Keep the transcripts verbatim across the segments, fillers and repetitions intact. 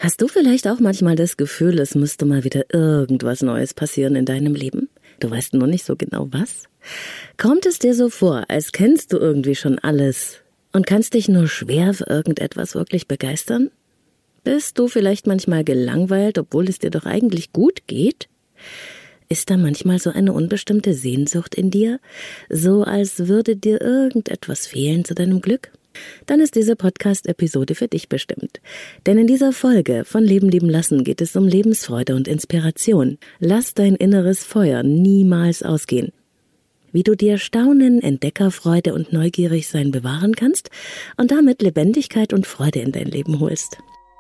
Hast du vielleicht auch manchmal das Gefühl, es müsste mal wieder irgendwas Neues passieren in deinem Leben? Du weißt nur nicht so genau was? Kommt es dir so vor, als kennst du irgendwie schon alles und kannst dich nur schwer für irgendetwas wirklich begeistern? Bist du vielleicht manchmal gelangweilt, obwohl es dir doch eigentlich gut geht? Ist da manchmal so eine unbestimmte Sehnsucht in dir, so als würde dir irgendetwas fehlen zu deinem Glück? Dann ist diese Podcast-Episode für dich bestimmt. Denn in dieser Folge von Leben lieben lassen geht es um Lebensfreude und Inspiration. Lass dein inneres Feuer niemals ausgehen. Wie du dir Staunen, Entdeckerfreude und Neugierigsein bewahren kannst und damit Lebendigkeit und Freude in dein Leben holst.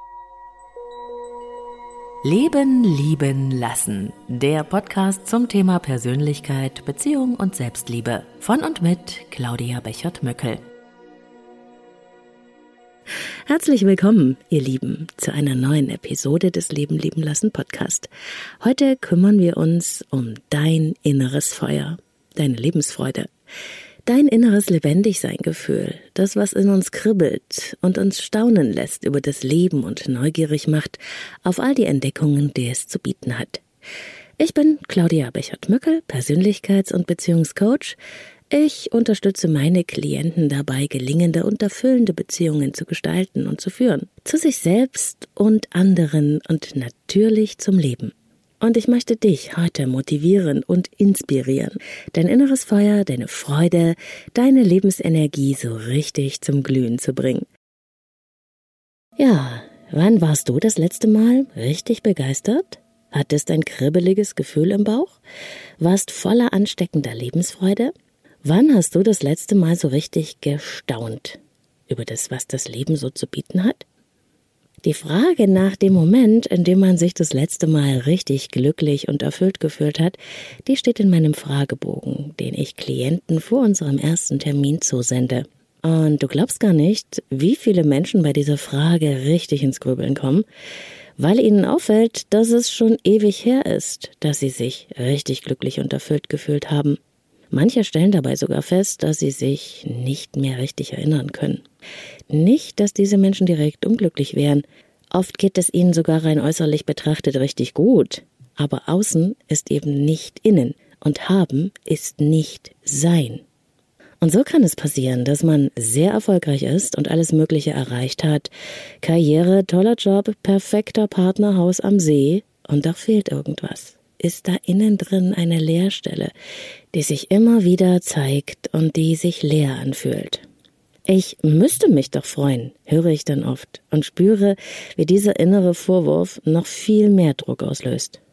Leben lieben lassen. Der Podcast zum Thema Persönlichkeit, Beziehung und Selbstliebe. Von und mit Claudia Bechert-Möckel. Herzlich willkommen, ihr Lieben, zu einer neuen Episode des Leben lieben lassen Podcast. Heute kümmern wir uns um dein inneres Feuer, deine Lebensfreude, dein inneres Lebendigsein-Gefühl, das, was in uns kribbelt und uns staunen lässt über das Leben und neugierig macht auf all die Entdeckungen, die es zu bieten hat. Ich bin Claudia Bechert-Möckel, Persönlichkeits- und Beziehungscoach. Ich unterstütze meine Klienten dabei, gelingende und erfüllende Beziehungen zu gestalten und zu führen. Zu sich selbst und anderen und natürlich zum Leben. Und ich möchte dich heute motivieren und inspirieren, dein inneres Feuer, deine Freude, deine Lebensenergie so richtig zum Glühen zu bringen. Ja, wann warst du das letzte Mal richtig begeistert? Hattest ein kribbeliges Gefühl im Bauch? Warst voller ansteckender Lebensfreude? Wann hast du das letzte Mal so richtig gestaunt über das, was das Leben so zu bieten hat? Die Frage nach dem Moment, in dem man sich das letzte Mal richtig glücklich und erfüllt gefühlt hat, die steht in meinem Fragebogen, den ich Klienten vor unserem ersten Termin zusende. Und du glaubst gar nicht, wie viele Menschen bei dieser Frage richtig ins Grübeln kommen, weil ihnen auffällt, dass es schon ewig her ist, dass sie sich richtig glücklich und erfüllt gefühlt haben. Manche stellen dabei sogar fest, dass sie sich nicht mehr richtig erinnern können. Nicht, dass diese Menschen direkt unglücklich wären. Oft geht es ihnen sogar rein äußerlich betrachtet richtig gut. Aber außen ist eben nicht innen und haben ist nicht sein. Und so kann es passieren, dass man sehr erfolgreich ist und alles Mögliche erreicht hat. Karriere, toller Job, perfekter Partner, Haus am See und doch fehlt irgendwas. Ist da innen drin eine Leerstelle, die sich immer wieder zeigt und die sich leer anfühlt. Ich müsste mich doch freuen, höre ich dann oft und spüre, wie dieser innere Vorwurf noch viel mehr Druck auslöst.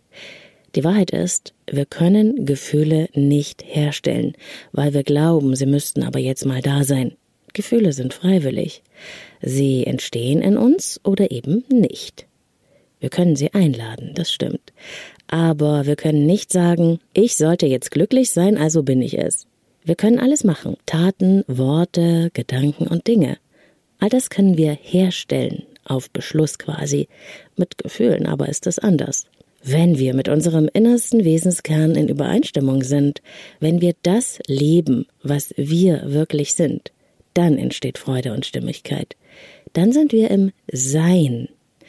Die Wahrheit ist, wir können Gefühle nicht herstellen, weil wir glauben, sie müssten aber jetzt mal da sein. Gefühle sind freiwillig. Sie entstehen in uns oder eben nicht. Wir können sie einladen, das stimmt. Aber wir können nicht sagen, ich sollte jetzt glücklich sein, also bin ich es. Wir können alles machen. Taten, Worte, Gedanken und Dinge. All das können wir herstellen, auf Beschluss quasi. Mit Gefühlen aber ist das anders. Wenn wir mit unserem innersten Wesenskern in Übereinstimmung sind, wenn wir das leben, was wir wirklich sind, dann entsteht Freude und Stimmigkeit. Dann sind wir im Sein.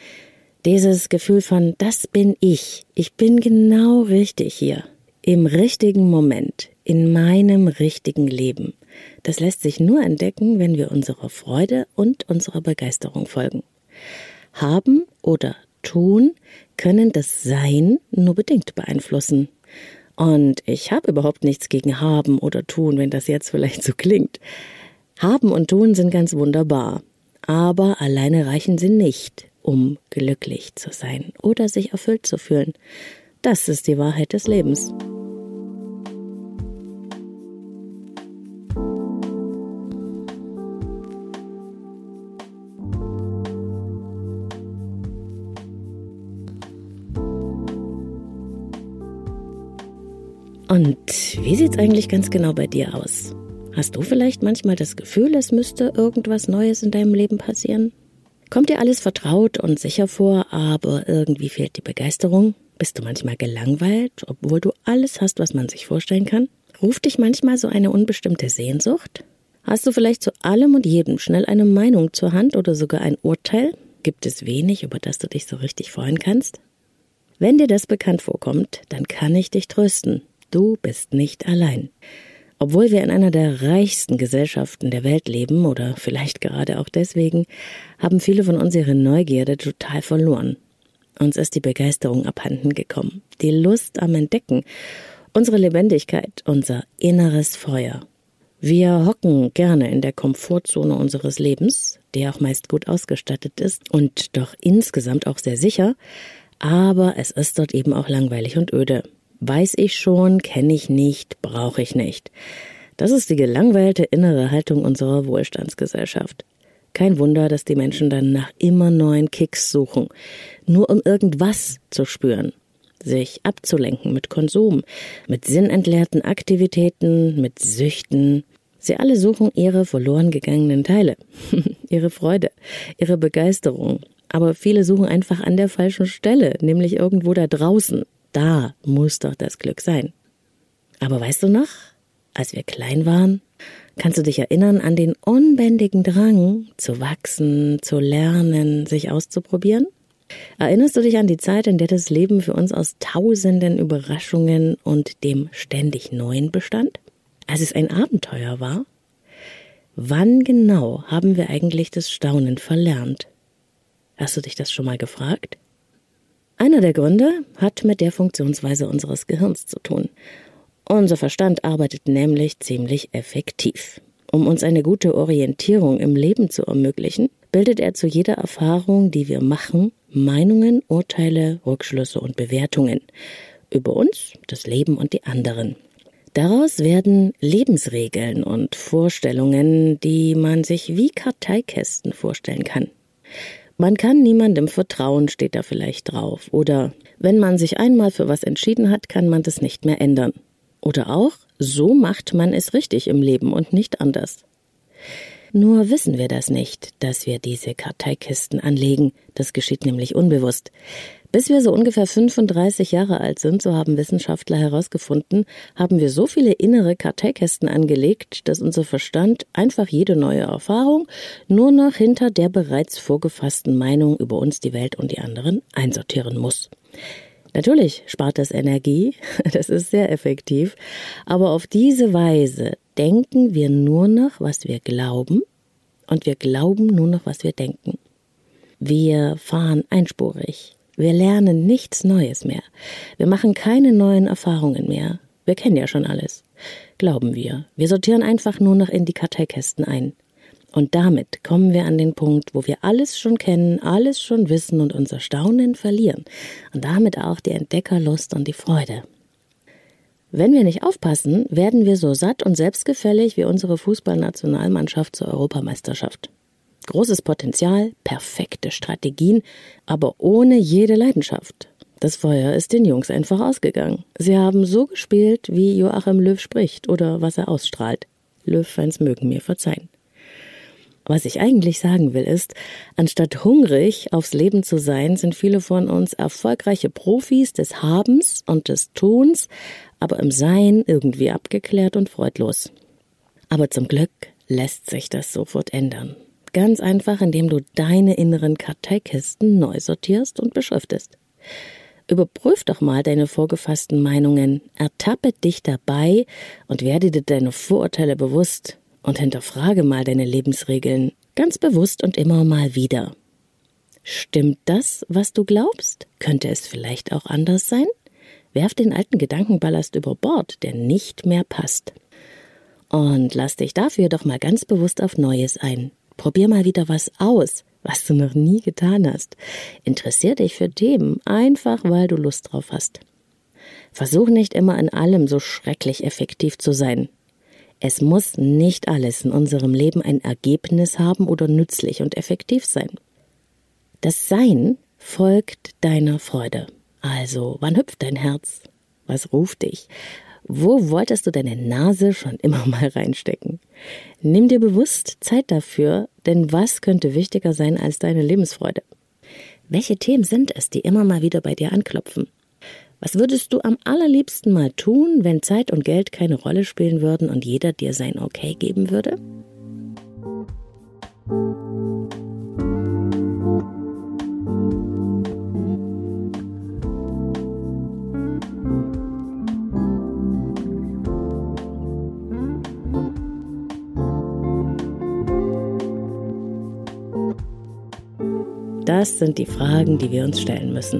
Dieses Gefühl von, das bin ich, ich bin genau richtig hier, im richtigen Moment, in meinem richtigen Leben. Das lässt sich nur entdecken, wenn wir unserer Freude und unserer Begeisterung folgen. Haben oder tun können das Sein nur bedingt beeinflussen. Und ich habe überhaupt nichts gegen haben oder tun, wenn das jetzt vielleicht so klingt. Haben und tun sind ganz wunderbar, aber alleine reichen sie nicht, um glücklich zu sein oder sich erfüllt zu fühlen. Das ist die Wahrheit des Lebens. Und wie sieht's eigentlich ganz genau bei dir aus? Hast du vielleicht manchmal das Gefühl, es müsste irgendwas Neues in deinem Leben passieren? Kommt dir alles vertraut und sicher vor, aber irgendwie fehlt die Begeisterung? Bist du manchmal gelangweilt, obwohl du alles hast, was man sich vorstellen kann? Ruft dich manchmal so eine unbestimmte Sehnsucht? Hast du vielleicht zu allem und jedem schnell eine Meinung zur Hand oder sogar ein Urteil? Gibt es wenig, über das du dich so richtig freuen kannst? Wenn dir das bekannt vorkommt, dann kann ich dich trösten. Du bist nicht allein. Obwohl wir in einer der reichsten Gesellschaften der Welt leben, oder vielleicht gerade auch deswegen, haben viele von uns ihre Neugierde total verloren. Uns ist die Begeisterung abhanden gekommen, die Lust am Entdecken, unsere Lebendigkeit, unser inneres Feuer. Wir hocken gerne in der Komfortzone unseres Lebens, die auch meist gut ausgestattet ist und doch insgesamt auch sehr sicher, aber es ist dort eben auch langweilig und öde. Weiß ich schon, kenne ich nicht, brauche ich nicht. Das ist die gelangweilte innere Haltung unserer Wohlstandsgesellschaft. Kein Wunder, dass die Menschen dann nach immer neuen Kicks suchen, nur um irgendwas zu spüren, sich abzulenken mit Konsum, mit sinnentleerten Aktivitäten, mit Süchten. Sie alle suchen ihre verloren gegangenen Teile, ihre Freude, ihre Begeisterung. Aber viele suchen einfach an der falschen Stelle, nämlich irgendwo da draußen. Da muss doch das Glück sein. Aber weißt du noch, als wir klein waren, kannst du dich erinnern an den unbändigen Drang, zu wachsen, zu lernen, sich auszuprobieren? Erinnerst du dich an die Zeit, in der das Leben für uns aus tausenden Überraschungen und dem ständig Neuen bestand? Als es ein Abenteuer war? Wann genau haben wir eigentlich das Staunen verlernt? Hast du dich das schon mal gefragt? Einer der Gründe hat mit der Funktionsweise unseres Gehirns zu tun. Unser Verstand arbeitet nämlich ziemlich effektiv. Um uns eine gute Orientierung im Leben zu ermöglichen, bildet er zu jeder Erfahrung, die wir machen, Meinungen, Urteile, Rückschlüsse und Bewertungen über uns, das Leben und die anderen. Daraus werden Lebensregeln und Vorstellungen, die man sich wie Karteikästen vorstellen kann. Man kann niemandem vertrauen, steht da vielleicht drauf. Oder wenn man sich einmal für was entschieden hat, kann man das nicht mehr ändern. Oder auch, so macht man es richtig im Leben und nicht anders. Nur wissen wir das nicht, dass wir diese Karteikisten anlegen. Das geschieht nämlich unbewusst. Bis wir so ungefähr fünfunddreißig Jahre alt sind, so haben Wissenschaftler herausgefunden, haben wir so viele innere Karteikästen angelegt, dass unser Verstand einfach jede neue Erfahrung nur noch hinter der bereits vorgefassten Meinung über uns, die Welt und die anderen einsortieren muss. Natürlich spart das Energie, das ist sehr effektiv, aber auf diese Weise denken wir nur noch, was wir glauben, und wir glauben nur noch, was wir denken. Wir fahren einspurig. Wir lernen nichts Neues mehr. Wir machen keine neuen Erfahrungen mehr. Wir kennen ja schon alles. Glauben wir. Wir sortieren einfach nur noch in die Karteikästen ein. Und damit kommen wir an den Punkt, wo wir alles schon kennen, alles schon wissen und unser Staunen verlieren. Und damit auch die Entdeckerlust und die Freude. Wenn wir nicht aufpassen, werden wir so satt und selbstgefällig wie unsere Fußballnationalmannschaft zur Europameisterschaft. Großes Potenzial, perfekte Strategien, aber ohne jede Leidenschaft. Das Feuer ist den Jungs einfach ausgegangen. Sie haben so gespielt, wie Joachim Löw spricht oder was er ausstrahlt. Löw-Fans mögen mir verzeihen. Was ich eigentlich sagen will ist, anstatt hungrig aufs Leben zu sein, sind viele von uns erfolgreiche Profis des Habens und des Tuns, aber im Sein irgendwie abgeklärt und freudlos. Aber zum Glück lässt sich das sofort ändern. Ganz einfach, indem du deine inneren Karteikästen neu sortierst und beschriftest. Überprüf doch mal deine vorgefassten Meinungen, ertappe dich dabei und werde dir deine Vorurteile bewusst und hinterfrage mal deine Lebensregeln, ganz bewusst und immer mal wieder. Stimmt das, was du glaubst? Könnte es vielleicht auch anders sein? Werf den alten Gedankenballast über Bord, der nicht mehr passt. Und lass dich dafür doch mal ganz bewusst auf Neues ein. Probier mal wieder was aus, was du noch nie getan hast. Interessier dich für Themen, einfach weil du Lust drauf hast. Versuch nicht immer in allem so schrecklich effektiv zu sein. Es muss nicht alles in unserem Leben ein Ergebnis haben oder nützlich und effektiv sein. Das Sein folgt deiner Freude. Also, wann hüpft dein Herz? Was ruft dich? Wo wolltest du deine Nase schon immer mal reinstecken? Nimm dir bewusst Zeit dafür, denn was könnte wichtiger sein als deine Lebensfreude? Welche Themen sind es, die immer mal wieder bei dir anklopfen? Was würdest du am allerliebsten mal tun, wenn Zeit und Geld keine Rolle spielen würden und jeder dir sein Okay geben würde? Das sind die Fragen, die wir uns stellen müssen.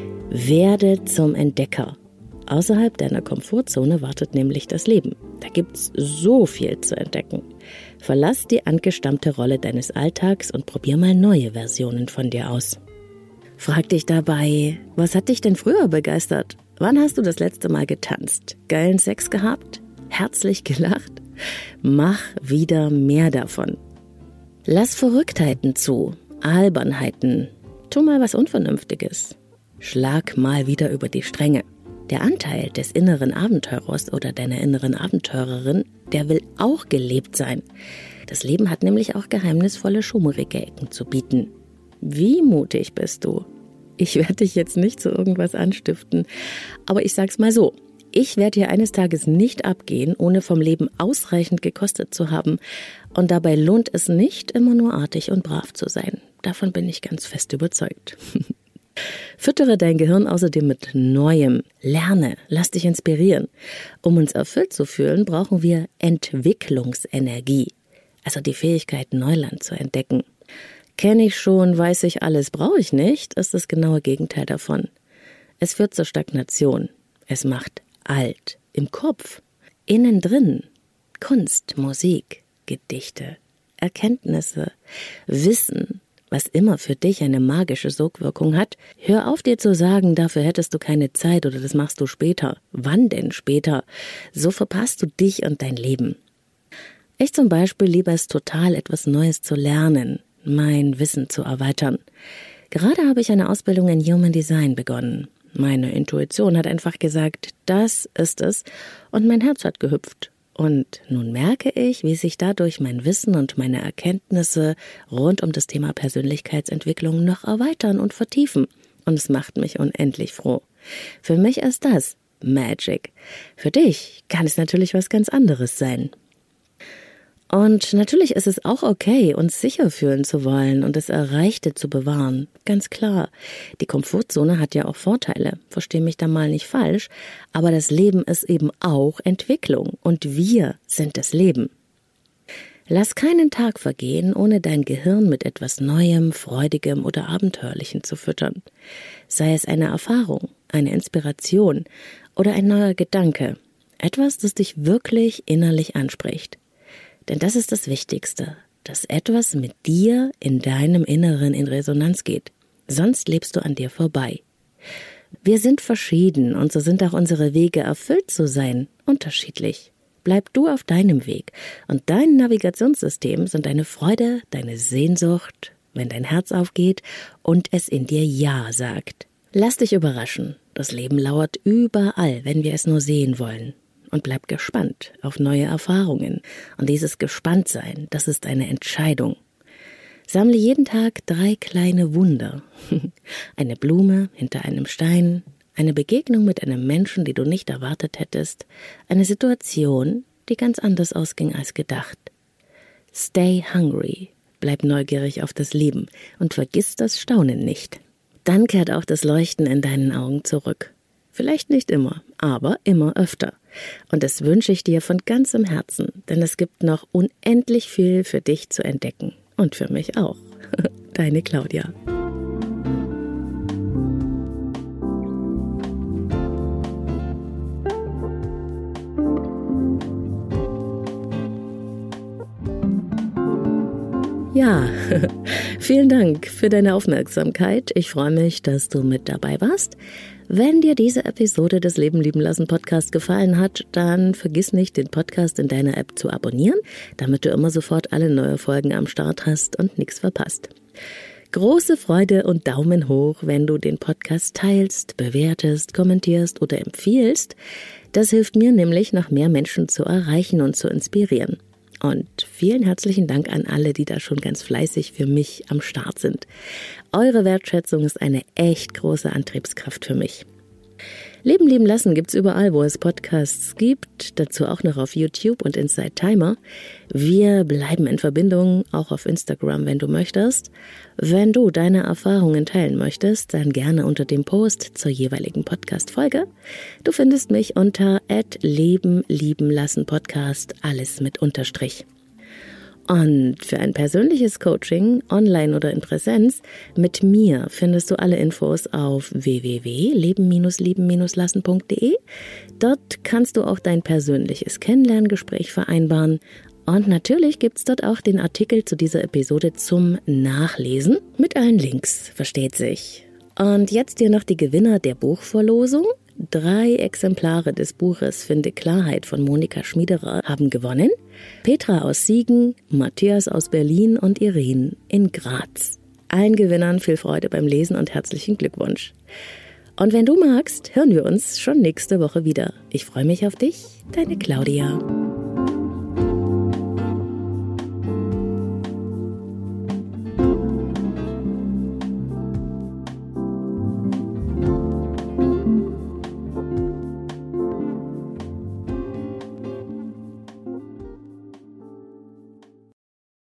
Werde zum Entdecker. Außerhalb deiner Komfortzone wartet nämlich das Leben. Da gibt's so viel zu entdecken. Verlass die angestammte Rolle deines Alltags und probier mal neue Versionen von dir aus. Frag dich dabei, was hat dich denn früher begeistert? Wann hast du das letzte Mal getanzt? Geilen Sex gehabt? Herzlich gelacht? Mach wieder mehr davon. Lass Verrücktheiten zu, Albernheiten. Tu mal was Unvernünftiges. Schlag mal wieder über die Stränge. Der Anteil des inneren Abenteurers oder deiner inneren Abenteurerin, der will auch gelebt sein. Das Leben hat nämlich auch geheimnisvolle, schummerige Ecken zu bieten. Wie mutig bist du? Ich werde dich jetzt nicht zu irgendwas anstiften, aber ich sag's mal so. Ich werde hier eines Tages nicht abgehen, ohne vom Leben ausreichend gekostet zu haben. Und dabei lohnt es nicht, immer nur artig und brav zu sein. Davon bin ich ganz fest überzeugt. Füttere dein Gehirn außerdem mit Neuem. Lerne, lass dich inspirieren. Um uns erfüllt zu fühlen, brauchen wir Entwicklungsenergie. Also die Fähigkeit, Neuland zu entdecken. Kenne ich schon, weiß ich alles, brauche ich nicht, ist das genaue Gegenteil davon. Es führt zur Stagnation. Es macht alt. Im Kopf. Innen drin. Kunst, Musik, Gedichte, Erkenntnisse, Wissen. Was immer für dich eine magische Sogwirkung hat, hör auf dir zu sagen, dafür hättest du keine Zeit oder das machst du später. Wann denn später? So verpasst du dich und dein Leben. Ich zum Beispiel liebe es total, etwas Neues zu lernen, mein Wissen zu erweitern. Gerade habe ich eine Ausbildung in Human Design begonnen. Meine Intuition hat einfach gesagt, das ist es, und mein Herz hat gehüpft. Und nun merke ich, wie sich dadurch mein Wissen und meine Erkenntnisse rund um das Thema Persönlichkeitsentwicklung noch erweitern und vertiefen. Und es macht mich unendlich froh. Für mich ist das Magic. Für dich kann es natürlich was ganz anderes sein. Und natürlich ist es auch okay, uns sicher fühlen zu wollen und das Erreichte zu bewahren. Ganz klar. Die Komfortzone hat ja auch Vorteile. Versteh mich da mal nicht falsch. Aber das Leben ist eben auch Entwicklung. Und wir sind das Leben. Lass keinen Tag vergehen, ohne dein Gehirn mit etwas Neuem, Freudigem oder Abenteuerlichem zu füttern. Sei es eine Erfahrung, eine Inspiration oder ein neuer Gedanke. Etwas, das dich wirklich innerlich anspricht. Denn das ist das Wichtigste, dass etwas mit dir in deinem Inneren in Resonanz geht. Sonst lebst du an dir vorbei. Wir sind verschieden und so sind auch unsere Wege, erfüllt zu sein, unterschiedlich. Bleib du auf deinem Weg und dein Navigationssystem sind deine Freude, deine Sehnsucht, wenn dein Herz aufgeht und es in dir Ja sagt. Lass dich überraschen. Das Leben lauert überall, wenn wir es nur sehen wollen. Und bleib gespannt auf neue Erfahrungen. Und dieses Gespanntsein, das ist eine Entscheidung. Sammle jeden Tag drei kleine Wunder. Eine Blume hinter einem Stein, eine Begegnung mit einem Menschen, die du nicht erwartet hättest, eine Situation, die ganz anders ausging als gedacht. Stay hungry. Bleib neugierig auf das Leben und vergiss das Staunen nicht. Dann kehrt auch das Leuchten in deinen Augen zurück. Vielleicht nicht immer, aber immer öfter. Und das wünsche ich dir von ganzem Herzen, denn es gibt noch unendlich viel für dich zu entdecken. Und für mich auch. Deine Claudia. Ja, vielen Dank für deine Aufmerksamkeit. Ich freue mich, dass du mit dabei warst. Wenn dir diese Episode des Leben lieben lassen Podcast gefallen hat, dann vergiss nicht, den Podcast in deiner App zu abonnieren, damit du immer sofort alle neue Folgen am Start hast und nichts verpasst. Große Freude und Daumen hoch, wenn du den Podcast teilst, bewertest, kommentierst oder empfiehlst. Das hilft mir nämlich, noch mehr Menschen zu erreichen und zu inspirieren. Und vielen herzlichen Dank an alle, die da schon ganz fleißig für mich am Start sind. Eure Wertschätzung ist eine echt große Antriebskraft für mich. Leben lieben lassen gibt's überall, wo es Podcasts gibt, dazu auch noch auf YouTube und Inside Timer. Wir bleiben in Verbindung, auch auf Instagram, wenn du möchtest. Wenn du deine Erfahrungen teilen möchtest, dann gerne unter dem Post zur jeweiligen Podcast-Folge. Du findest mich unter at Leben lieben lassen Podcast, alles mit Unterstrich. Und für ein persönliches Coaching, online oder in Präsenz, mit mir findest du alle Infos auf w w w punkt leben lieben lassen punkt d e. Dort kannst du auch dein persönliches Kennenlerngespräch vereinbaren. Und natürlich gibt's dort auch den Artikel zu dieser Episode zum Nachlesen mit allen Links, versteht sich. Und jetzt hier noch die Gewinner der Buchverlosung. Drei Exemplare des Buches Finde Klarheit von Monika Schmiederer haben gewonnen. Petra aus Siegen, Matthias aus Berlin und Irene in Graz. Allen Gewinnern viel Freude beim Lesen und herzlichen Glückwunsch. Und wenn du magst, hören wir uns schon nächste Woche wieder. Ich freue mich auf dich, deine Claudia.